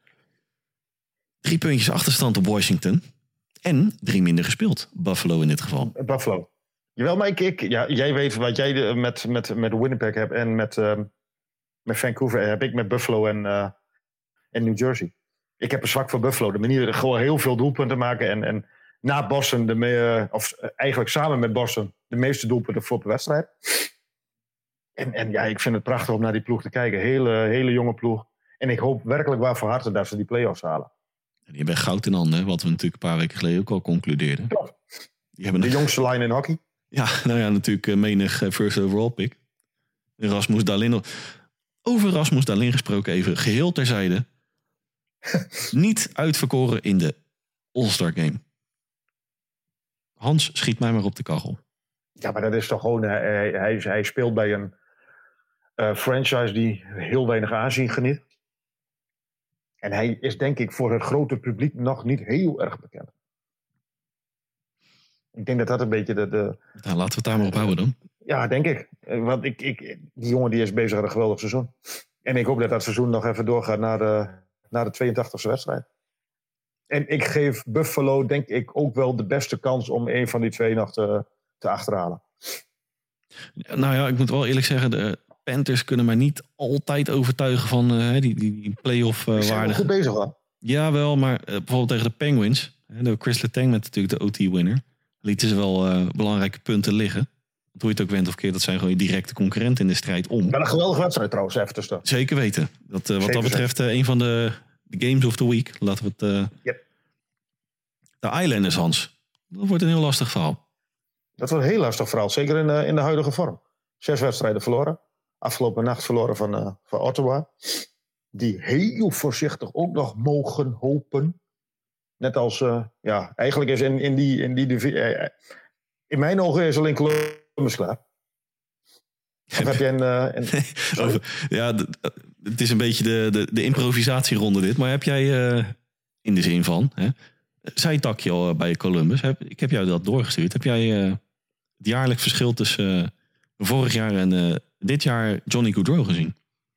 Drie puntjes achterstand op Washington. En drie minder gespeeld. Buffalo in dit geval. Buffalo. Jawel, maar ik, ik, ja, jij weet wat jij met, met, met Winnipeg hebt en met, uh, met Vancouver heb ik met Buffalo en, uh, en New Jersey. Ik heb een zwak voor Buffalo. De manier gewoon heel veel doelpunten maken en, en na Boston, de me, of eigenlijk samen met Boston, de meeste doelpunten voor per wedstrijd. En, en ja, ik vind het prachtig om naar die ploeg te kijken. Hele, hele jonge ploeg. En ik hoop werkelijk waar van harte dat ze die play-offs halen. Die hebben goud in handen, wat we natuurlijk een paar weken geleden ook al concludeerden. Klopt. Die hebben de een... jongste line in hockey. Ja, nou ja, natuurlijk uh, menig uh, first overall pick. Rasmus Dahlin. Over Rasmus Dahlin gesproken even, geheel terzijde. Niet uitverkoren in de All-Star Game. Hans, schiet mij maar op de kachel. Ja, maar dat is toch gewoon... Uh, hij, hij speelt bij een uh, franchise die heel weinig aanzien geniet. En hij is denk ik voor het grote publiek nog niet heel erg bekend. Ik denk dat dat een beetje de... de nou, laten we het daar maar op houden dan. Ja, denk ik. Want ik, ik, die jongen die is bezig aan een geweldig seizoen. En ik hoop dat dat seizoen nog even doorgaat naar de, naar de tweeëntachtigste wedstrijd. En ik geef Buffalo denk ik ook wel de beste kans om een van die twee nog te, te achterhalen. Nou ja, ik moet wel eerlijk zeggen... de Panthers kunnen mij niet altijd overtuigen van uh, die, die, die play-off uh, waarde. Zijn goed bezig hoor. Jawel, maar uh, bijvoorbeeld tegen de Penguins... Hè, door Chris Letang met natuurlijk de O T-winner... lieten ze wel uh, belangrijke punten liggen. Want hoe je het ook went of keer, dat zijn gewoon je directe concurrenten in de strijd om. Wel een geweldige wedstrijd trouwens, even te staan. Zeker weten. Dat, uh, wat Zeker dat betreft uh, een van de, de games of the week. Laten we het... Uh... Yep. De Islanders, Hans. Dat wordt een heel lastig verhaal. Dat wordt een heel lastig verhaal. Zeker in de, in de huidige vorm. Zes wedstrijden verloren. Afgelopen nacht verloren van, uh, van Ottawa. Die heel voorzichtig ook nog mogen hopen. Net als, uh, ja, eigenlijk is in, in die... In, die uh, in mijn ogen is alleen Columbus klaar. Of heb je een... Uh, een Over, ja, d- het is een beetje de, de, de improvisatieronde dit. Maar heb jij, uh, in de zin van... Hè, zijtakje al bij Columbus. Heb, ik heb jou dat doorgestuurd. Heb jij uh, het jaarlijk verschil tussen uh, vorig jaar en uh, dit jaar Johnny Gaudreau gezien?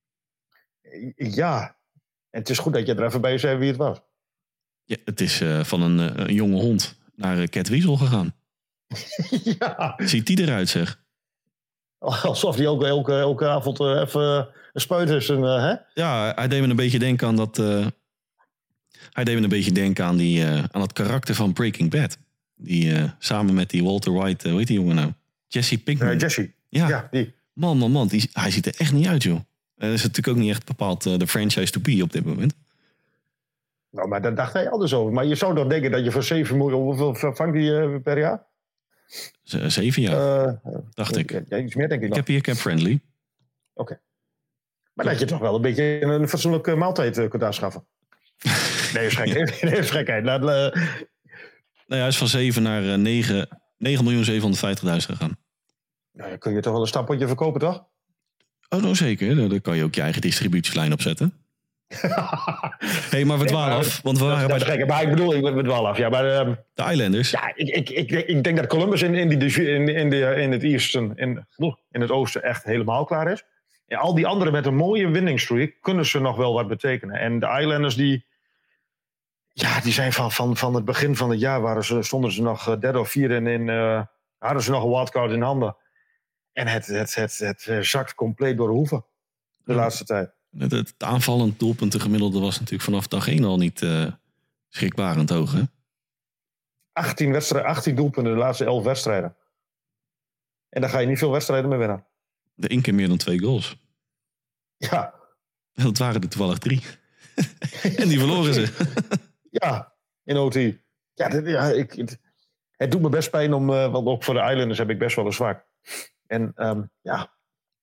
Ja. En het is goed dat je er even bij zei wie het was. Ja, het is uh, van een, een jonge hond naar uh, Cat Weasel gegaan. Ja. Ziet die eruit, zeg. Alsof hij elke, elke, elke avond uh, even een spuit is. En, uh, hè? Ja, hij deed me een beetje denken aan dat... Uh, hij deed me een beetje denken aan, die, uh, aan het karakter van Breaking Bad. Die uh, samen met die Walter White, uh, hoe heet die jongen nou? Jesse Pinkman. Uh, Jesse. Ja. ja, die. Man, man, man. Die, hij ziet er echt niet uit, joh. En dat is natuurlijk ook niet echt bepaald uh, de franchise to be op dit moment. Nou, maar daar dacht hij anders over. Maar je zou toch denken dat je voor zeven miljoen... Hoeveel vangt die uh, per jaar? Z- zeven jaar, uh, dacht uh, ik. Ja, iets meer denk ik Ik nog. heb hier cap friendly. Oké. Okay. Maar ja. Dat je toch wel een beetje een fatsoenlijke maaltijd uh, kunt aanschaffen. Nee, is gekheid. Nee, is gekheid. Laat, uh... Nee, hij is van zeven naar uh, negen miljoen zevenhonderdvijftigduizend gegaan. Nou, dan kun je toch wel een stapotje verkopen, toch? Oh, nou zeker. Dan kan je ook je eigen distributielijn opzetten. Hé, hey, maar we dwalen af. Want we waren dat, bij dat de... Maar ik bedoel, ik we dwalen af. Ja, maar, uh... de Islanders. Ja, ik, ik, ik, ik denk dat Columbus in, in, die, in, in, de, in het Eastern, in, in het Oosten echt helemaal klaar is. En al die anderen met een mooie winning streak kunnen ze nog wel wat betekenen. En de Islanders die... Ja, die zijn van, van, van het begin van het jaar waren ze, stonden ze nog derde of vierde en in, uh, hadden ze nog een wildcard in handen. En het, het, het, het, het zakt compleet door de hoeven de ja. laatste tijd. Het, het aanvallend doelpunten gemiddelde was natuurlijk vanaf dag één al niet uh, schrikbarend hoog, hè? achttien, wedstrijden, achttien doelpunten de laatste elf wedstrijden. En dan ga je niet veel wedstrijden meer winnen. De één keer meer dan twee goals. Ja. En dat waren er toevallig drie. En die verloren ze. Ja, in O T. Ja, dit, ja ik, het, het doet me best pijn om... Uh, want ook voor de Islanders heb ik best wel een zwak. En um, ja...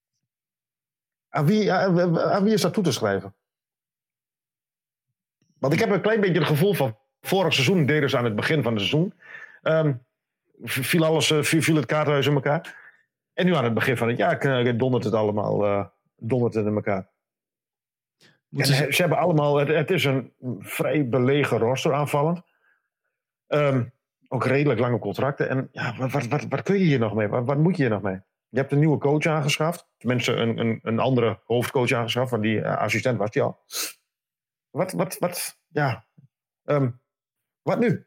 Aan wie, aan, aan wie is dat toe te schrijven? Want ik heb een klein beetje het gevoel van... Vorig seizoen deden ze aan het begin van het seizoen. Um, viel, alles, viel het kaarthuis in elkaar. En nu aan het begin van het jaar dondert het allemaal uh, dondert het in elkaar. En ze... ze hebben allemaal... Het, het is een vrij belegen roster aanvallend. Um, ook redelijk lange contracten. En ja, wat, wat, wat, wat kun je hier nog mee? Wat, wat moet je hier nog mee? Je hebt een nieuwe coach aangeschaft. Tenminste, een, een, een andere hoofdcoach aangeschaft. Want die uh, assistent was die al. Wat, wat, wat... Ja... Um, Wat nu?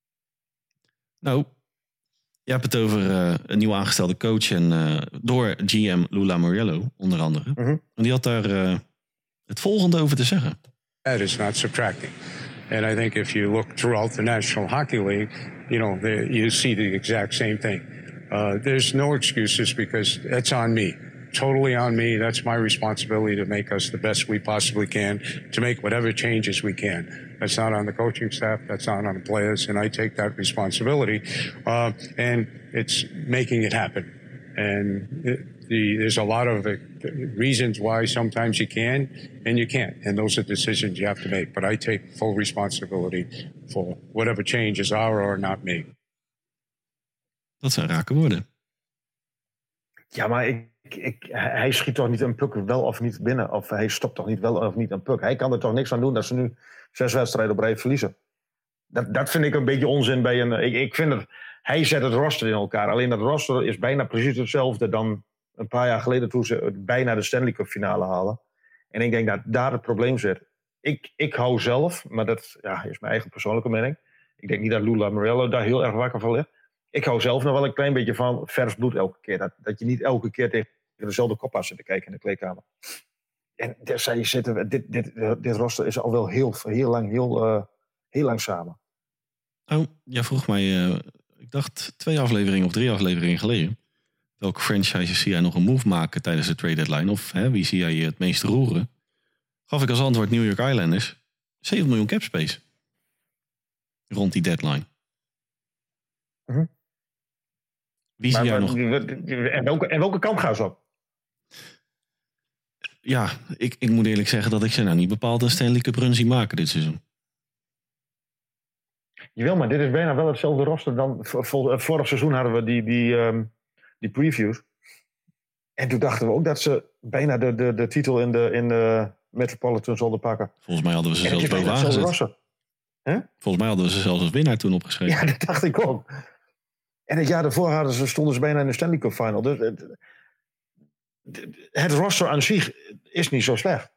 Nou, je hebt het over uh, een nieuw aangestelde coach en uh, door G M Lou Lamoriello, onder andere. Mm-hmm. En die had daar uh, het volgende over te zeggen. That is not subtracting. And I think if you look throughout the National Hockey League, you know, the, you see the exact same thing. Uh, there's no excuses because it's on me. Totally on me. That's my responsibility to make us the best we possibly can, to make whatever changes we can. That's not on the coaching staff. That's not on the players. And I take that responsibility. Uh, and it's making it happen. And it, the, there's a lot of uh, reasons why sometimes you can and you can't. And those are decisions you have to make. But I take full responsibility for whatever changes are or not made. Dat zijn rake woorden. Ja, maar ik, ik, hij schiet toch niet een puck wel of niet binnen? Of hij stopt toch niet wel of niet een puck? Hij kan er toch niks aan doen dat ze nu zes wedstrijden op rij verliezen. Dat, dat vind ik een beetje onzin bij een... Ik, ik vind dat hij zet het roster in elkaar. Alleen dat roster is bijna precies hetzelfde dan een paar jaar geleden toen ze bijna de Stanley Cup finale halen. En ik denk dat daar het probleem zit. Ik, ik hou zelf, maar dat ja, is mijn eigen persoonlijke mening. Ik denk niet dat Lou Lamoriello daar heel erg wakker van ligt. Ik hou zelf nog wel een klein beetje van vers bloed elke keer. Dat, dat je niet elke keer tegen dezelfde kop aan zit te kijken in de kleedkamer. En zij zitten, dit, dit, dit roster is al wel heel, heel lang, heel, uh, heel lang samen. Oh, jij vroeg mij, uh, ik dacht twee afleveringen of drie afleveringen geleden. Welke franchises zie jij nog een move maken tijdens de trade deadline? Of hè, wie zie jij je het meest roeren? Gaf ik als antwoord New York Islanders. zeven miljoen cap space. Rond die deadline. Mm-hmm. Wie zie jij nog? En welke, en welke kant gaan ze op? Ja, ik, ik moet eerlijk zeggen dat ik ze nou niet bepaald een Stanley Cup run zie maken dit seizoen. Jawel, maar dit is bijna wel hetzelfde roster dan... Vorig seizoen hadden we die, die, um, die previews. En toen dachten we ook dat ze bijna de, de, de titel in de, in de Metropolitan zouden pakken. Volgens mij hadden we ze zelfs bovenaan gezet. Huh? Volgens mij hadden we ze zelfs als winnaar toen opgeschreven. Ja, dat dacht ik ook. En het jaar daarvoor hadden ze, stonden ze bijna in de Stanley Cup final. Dus het, het roster aan zich is niet zo slecht.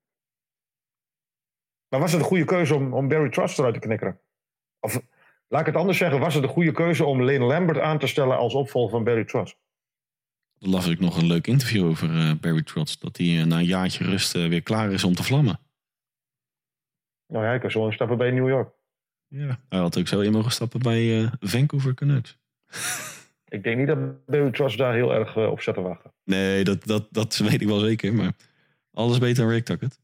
Maar was het een goede keuze om, om Barry Trotz eruit te knikkeren? Of laat ik het anders zeggen, was het een goede keuze om Lane Lambert aan te stellen als opvolger van Barry Trotz? Er las ik nog een leuk interview over uh, Barry Trotz. Dat hij uh, na een jaartje rust uh, weer klaar is om te vlammen. Nou ja, ik kan zo instappen bij New York. Ja, hij had ook zo in mogen stappen bij uh, Vancouver Canucks. Ik denk niet dat Barry Trotz daar heel erg uh, op zat te wachten. Nee, dat, dat, dat weet ik wel zeker. Maar alles beter dan Rick Tuckett.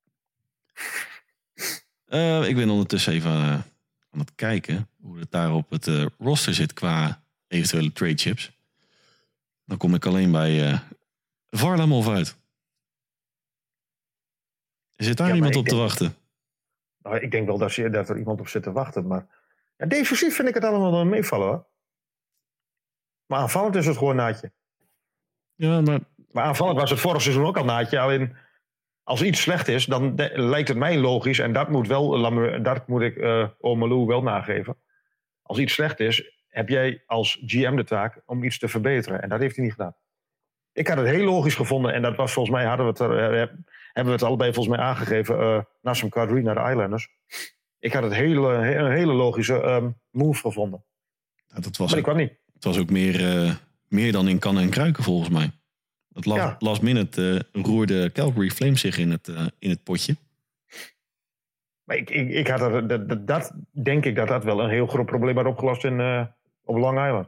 Uh, ik ben ondertussen even uh, aan het kijken hoe het daar op het uh, roster zit qua eventuele trade chips. Dan kom ik alleen bij uh, Varlamov uit. Zit daar ja, iemand op denk, te wachten? Nou, ik denk wel dat, ze, dat er iemand op zit te wachten. Maar ja, defensief vind ik het allemaal wel meevallen hoor. Maar aanvallend is het gewoon naadje. Ja, maar... Maar aanvallend was het vorig seizoen ook al naadje. Alleen als iets slecht is, dan de, lijkt het mij logisch. En dat moet, wel, dat moet ik uh, Omelu wel nageven. Als iets slecht is, heb jij als G M de taak om iets te verbeteren. En dat heeft hij niet gedaan. Ik had het heel logisch gevonden. En dat was volgens mij, hadden we het er, uh, hebben we het allebei volgens mij aangegeven. Uh, Nassim Kadri naar de Islanders. Ik had het hele, een hele logische um, move gevonden. Ja, dat was maar ook, ik kwam niet. Het was ook meer, uh, meer dan in kannen en kruiken volgens mij. Het last, ja. last minute uh, roerde Calgary Flames zich in het, uh, in het potje. Maar ik, ik, ik had er, dat, dat, dat denk ik dat dat wel een heel groot probleem had opgelost in, uh, op Long Island.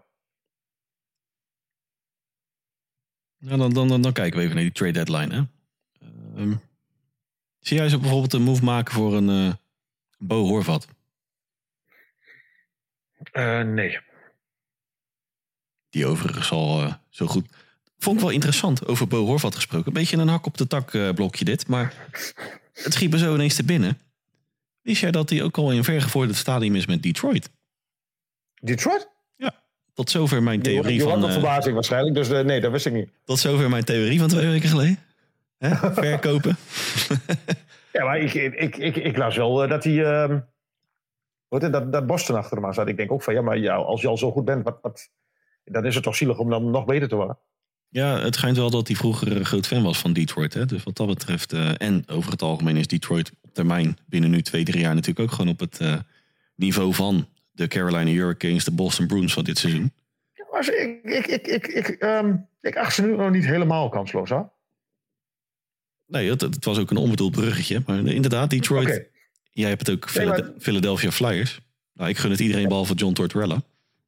Ja, dan, dan, dan, dan kijken we even naar die trade deadline. Hè? Uh, zie jij zo bijvoorbeeld een move maken voor een uh, Bo Horvat? Uh, nee. Die overigens al uh, zo goed... Vond ik wel interessant, over Bo Horvat gesproken. Een beetje een hak op de tak uh, blokje dit. Maar het schiet me zo ineens te binnen. Wist jij dat hij ook al in vergevorderd stadium is met Detroit? Detroit? Ja, tot zover mijn theorie je, je van... Je uh, verbazing waarschijnlijk, dus uh, nee, dat wist ik niet. Tot zover mijn theorie van twee weken geleden. Hè? Verkopen. Ja, maar ik, ik, ik, ik las wel uh, dat hij... Uh, wat, dat, dat Boston achter hem aan zat. Ik denk ook van, ja, maar ja, als je al zo goed bent... Wat, wat, dan is het toch zielig om dan nog beter te worden. Ja, het schijnt wel dat hij vroeger een groot fan was van Detroit. Hè? Dus wat dat betreft... Uh, en over het algemeen is Detroit op termijn... binnen nu twee, drie jaar natuurlijk ook gewoon op het uh, niveau van... de Carolina Hurricanes, de Boston Bruins van dit seizoen. Ja, maar ik, ik, ik, ik, ik, um, ik acht ze nu nog niet helemaal kansloos, hè? Nee, het, het was ook een onbedoeld bruggetje. Maar inderdaad, Detroit... Okay. Jij hebt het ook nee, Philade- maar... Philadelphia Flyers. Nou, ik gun het iedereen behalve John Tortorella.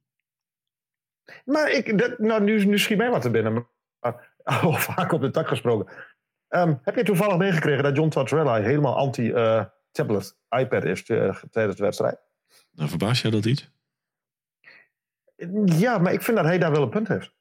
Maar ik, dat, nou, nu, nu schiet mij wat te binnen. Maar, oh, vaak op de tak gesproken. Um, heb je toevallig meegekregen dat John Tortorella helemaal anti-tablet uh, iPad is uh, tijdens de wedstrijd? Nou, verbaast jou dat iets? Ja, maar ik vind dat hij daar wel een punt heeft.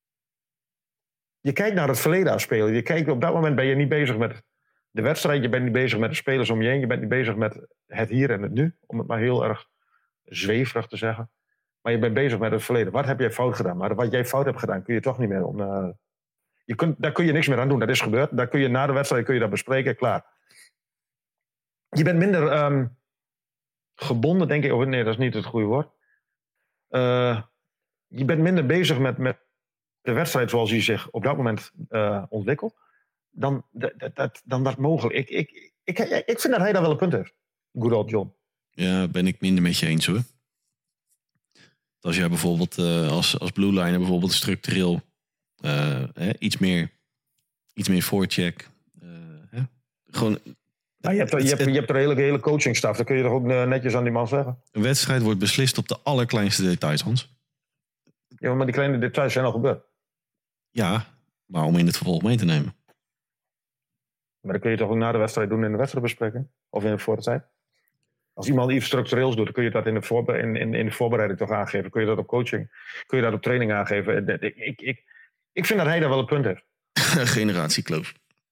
Je kijkt naar het verleden aan spelen. Je kijkt, op dat moment ben je niet bezig met de wedstrijd. Je bent niet bezig met de spelers om je heen. Je bent niet bezig met het hier en het nu. Om het maar heel erg zweverig te zeggen. Maar je bent bezig met het verleden. Wat heb jij fout gedaan? Maar wat jij fout hebt gedaan, kun je toch niet meer om... Uh, je kunt, daar kun je niks meer aan doen. Dat is gebeurd. Daar kun je, na de wedstrijd kun je dat bespreken. Klaar. Je bent minder um, gebonden, denk ik. Oh, nee, dat is niet het goede woord. Uh, je bent minder bezig met, met de wedstrijd zoals die zich op dat moment uh, ontwikkelt. Dan dat, dat, dan dat mogelijk. Ik, ik, ik, ik vind dat hij daar wel een punt heeft. Good old John. Ja, ben ik minder met je eens hoor. Als jij bijvoorbeeld uh, als, als blue liner bijvoorbeeld structureel uh, hè, iets meer iets meer forecheck. Uh, hè? Gewoon. Nou, je, hebt er, je, hebt, je hebt er een hele, hele coachingstaf. Dan kun je toch ook netjes aan die man zeggen. Een wedstrijd wordt beslist op de allerkleinste details, Hans. Ja, maar die kleine details zijn al gebeurd. Ja, maar om in het vervolg mee te nemen. Maar dan kun je toch ook na de wedstrijd doen in de wedstrijdbespreking? Of in de voortijd? Als iemand iets structureels doet, dan kun je dat in de, voorbe- in, in, in de voorbereiding toch aangeven. Kun je dat op coaching, kun je dat op training aangeven. Ik, ik, ik, ik vind dat hij daar wel een punt heeft. Generatiekloof.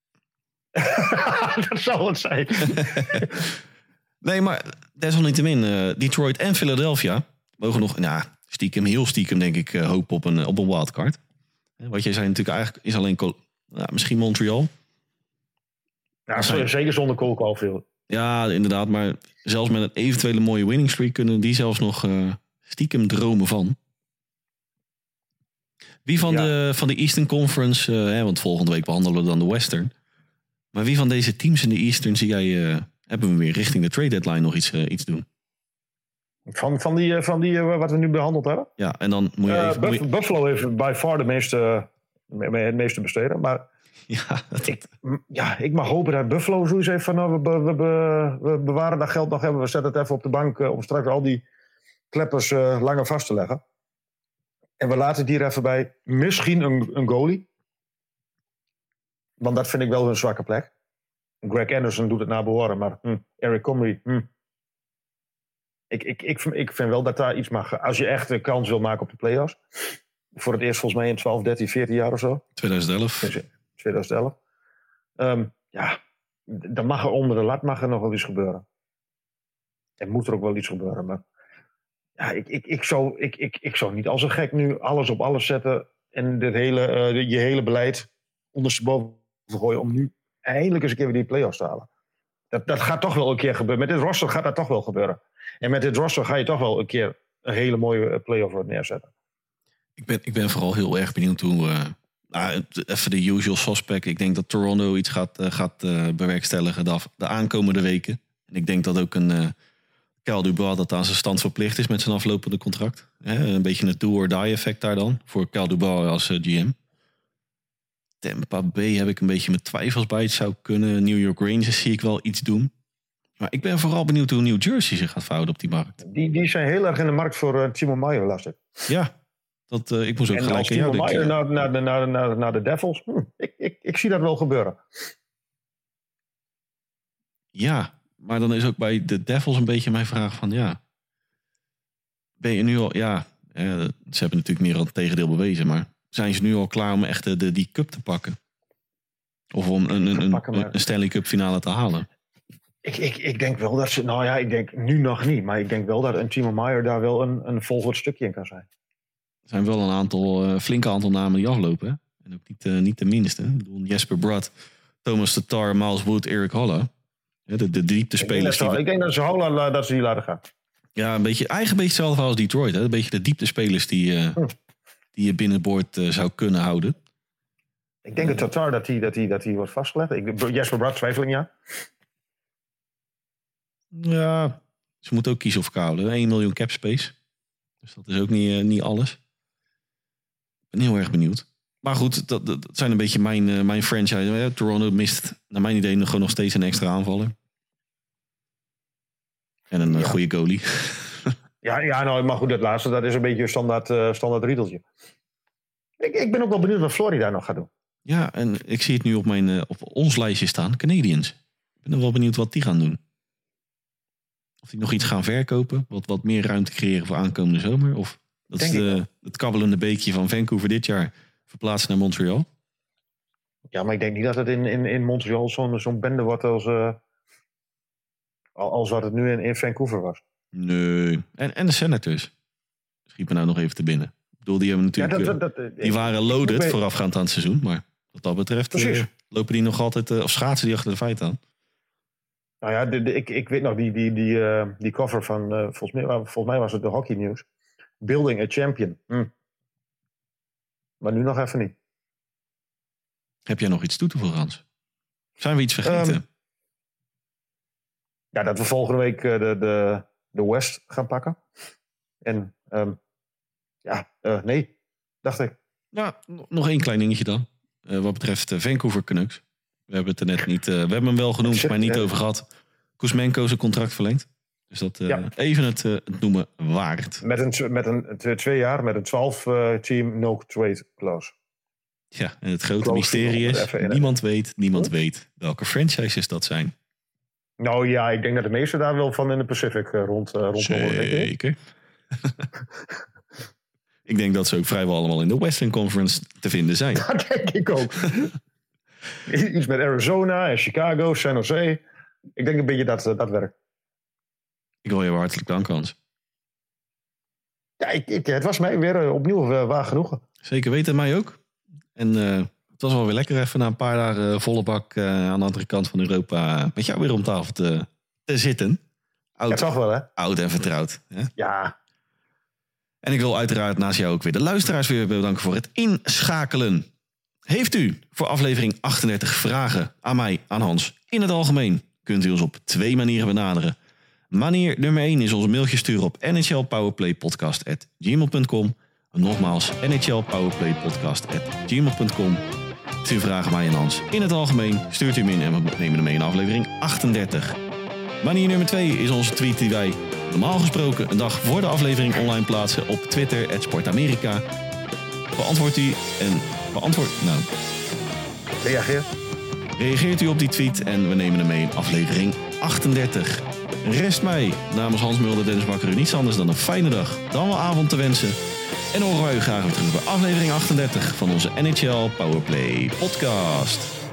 Dat zal het zijn. Nee, maar desalniettemin, uh, Detroit en Philadelphia mogen nog, nou, stiekem, heel stiekem denk ik, uh, hoop op een, op een wildcard. Wat jij zei natuurlijk eigenlijk is alleen, Col- nou, misschien Montreal. Ja, zijn... zeker zonder Cole Caulfield. Ja, inderdaad, maar zelfs met een eventuele mooie winning streak kunnen die zelfs nog uh, stiekem dromen van. Wie van, ja. de, van de Eastern Conference, uh, hè, want volgende week behandelen we dan de Western. Maar wie van deze teams in de Eastern zie jij, uh, hebben we weer richting de trade deadline nog iets, uh, iets doen? Van, van die, van die uh, wat we nu behandeld hebben? Ja, en dan moet je uh, even... Buff- moet je... Buffalo heeft by far de meeste, het meeste besteden, maar... Ja, dat... ik, ja, ik mag hopen dat Buffalo zoiets heeft van... Nou, we, we, we, we bewaren dat geld nog hebben. We zetten het even op de bank uh, om straks al die kleppers uh, langer vast te leggen. En we laten het hier even bij misschien een, een goalie. Want dat vind ik wel een zwakke plek. Greg Anderson doet het naar behoren, maar hm, Eric Comrie... Hm. Ik, ik, ik, ik vind wel dat daar iets mag... Als je echt een kans wil maken op de play-offs... Voor het eerst volgens mij in twaalf, dertien, veertien jaar of zo. twintig elf. twintig elf. Um, ja, dan mag er onder de lat mag er nog wel iets gebeuren. er moet er ook wel iets gebeuren. Maar ja, ik, ik, ik, zou, ik, ik, ik zou niet als een gek nu alles op alles zetten en dit hele, uh, je hele beleid ondersteboven gooien om nu eindelijk eens een keer weer die play-offs te halen. Dat, dat gaat toch wel een keer gebeuren. Met dit roster gaat dat toch wel gebeuren. En met dit roster ga je toch wel een keer een hele mooie play-off neerzetten. Ik ben, ik ben vooral heel erg benieuwd hoe... Uh, nou, even de usual suspect. Ik denk dat Toronto iets gaat, uh, gaat uh, bewerkstelligen de, de aankomende weken. En ik denk dat ook een uh, Kyle Dubas dat aan zijn stand verplicht is met zijn aflopende contract. Hè, een beetje het do-or-die effect daar dan. Voor Kyle Dubas als uh, G M. Tampa Bay heb ik een beetje mijn twijfels bij. Het zou kunnen. New York Rangers zie ik wel iets doen. Maar ik ben vooral benieuwd hoe New Jersey zich gaat verhouden op die markt. Die, die zijn heel erg in de markt voor uh, Timo Meier, las ik. Ja, dat, uh, ik moest ook en gelijk aan jou Timo denken. Meier naar, naar, naar, naar, naar de Devils, hm, ik, ik, ik zie dat wel gebeuren. Ja, maar dan is ook bij de Devils een beetje mijn vraag van ja... Ben je nu al... Ja, eh, ze hebben natuurlijk meer al het tegendeel bewezen, maar... Zijn ze nu al klaar om echt de, de, die cup te pakken? Of om een, een, een, een Stanley Cup finale te halen? Ik, ik, ik denk wel dat ze... Nou ja, ik denk nu nog niet. Maar ik denk wel dat een Timo Meier daar wel een, een volgend stukje in kan zijn. Er zijn wel een aantal, uh, flinke aantal namen die aflopen. Hè? En ook niet, uh, niet de minste. Ik bedoel, Jesper Bratt, Thomas Tatar, Miles Wood, Erik Haula. Ja, de, de diepte spelers. Ik denk, die... ik denk dat ze Haula dat ze die laten gaan. Ja, een beetje, eigenlijk een beetje hetzelfde als Detroit. Hè? Een beetje de diepte spelers die, uh, hm. die je binnenboord uh, zou kunnen houden. Ik denk dat Tatar dat hij dat die, dat die wordt vastgelegd. Ik, Jesper Bratt twijfel ik ja. Ja, ze moeten ook kiezen of houden. één miljoen cap space. Dus dat is ook niet, uh, niet alles. Ik ben heel erg benieuwd. Maar goed, dat, dat zijn een beetje mijn, uh, mijn franchise. Ja, Toronto mist naar mijn idee nog, gewoon nog steeds een extra aanvaller. En een ja. uh, goede goalie. ja, ja, nou, maar goed, dat laatste dat is een beetje een standaard, uh, standaard riedeltje. Ik, ik ben ook wel benieuwd wat Florida nog gaat doen. Ja, en ik zie het nu op, mijn, uh, op ons lijstje staan. Canadiens. Ik ben nog wel benieuwd wat die gaan doen. Of die nog iets gaan verkopen. Wat, wat meer ruimte creëren voor aankomende zomer. Of dat Denk is de, het kabbelende beekje van Vancouver dit jaar verplaatsen naar Montreal. Ja, maar ik denk niet dat het in, in, in Montreal zo'n, zo'n bende wordt als, uh, als wat het nu in, in Vancouver was. Nee. En, en de Senators. Schiet me nou nog even te binnen. Ik bedoel, die hebben natuurlijk... Ja, dat, dat, dat, die waren loaded weet... voorafgaand aan het seizoen. Maar wat dat betreft uh, lopen die nog altijd... Uh, of schaatsen die achter de feiten aan. Nou ja, de, de, ik, ik weet nog die, die, die, uh, die cover van... Uh, volgens, mij, volgens mij was het de Hockey News. Building a Champion. Hm. Maar nu nog even niet. Heb jij nog iets toe te voegen, Hans? Zijn we iets vergeten? Um, ja, dat we volgende week uh, de, de, de West gaan pakken. En um, ja, uh, nee, dacht ik. Ja, nog één klein dingetje dan. Uh, wat betreft uh, Vancouver Canucks. We hebben het er net niet... Uh, we hebben hem wel genoemd, Shit, maar niet ja. over gehad. Kuzmenko zijn contract verlengd. Dus dat uh, ja. even het, uh, het noemen waard. Met een, met een twee jaar, met een twaalf uh, team no trade clause. Ja, en het grote close mysterie is... Niemand weet, niemand hm? weet welke franchises dat zijn. Nou ja, ik denk dat de meeste daar wel van in de Pacific uh, rond uh, rond Zeker. Ik denk dat ze ook vrijwel allemaal in de Western Conference te vinden zijn. Dat denk ik ook. Iets met Arizona en Chicago, San Jose. Ik denk een beetje dat dat werkt. Ik wil je hartelijk danken, Hans. Ja, ik, ik, het was mij weer uh, opnieuw uh, waar genoegen. Zeker weten, mij ook. En uh, het was wel weer lekker even na een paar dagen uh, volle bak uh, aan de andere kant van Europa uh, met jou weer om tafel te, te zitten. Oud, ja, toch wel, hè? Oud en vertrouwd. Hè? Ja. En ik wil uiteraard naast jou ook weer de luisteraars weer bedanken voor het inschakelen. Heeft u voor aflevering achtendertig vragen aan mij, aan Hans, in het algemeen, kunt u ons op twee manieren benaderen. Manier nummer één is onze mailtje sturen op n h l powerplay podcast at gmail dot com. Nogmaals, n h l powerplay podcast at gmail dot com. Als u vragen mij en Hans in het algemeen, stuurt u hem in en we nemen hem mee in aflevering achtendertig. Manier nummer twee is onze tweet die wij normaal gesproken een dag voor de aflevering online plaatsen op Twitter at sportamerika. Beantwoordt u en beantwoord... Nou. Reageer. Reageert u op die tweet en we nemen hem mee in aflevering achtendertig. Rest mij namens Hans Mulder, Dennis Bakker u niets anders dan een fijne dag, dan wel avond te wensen. En horen wij u graag weer terug bij aflevering achtendertig van onze N H L Powerplay podcast.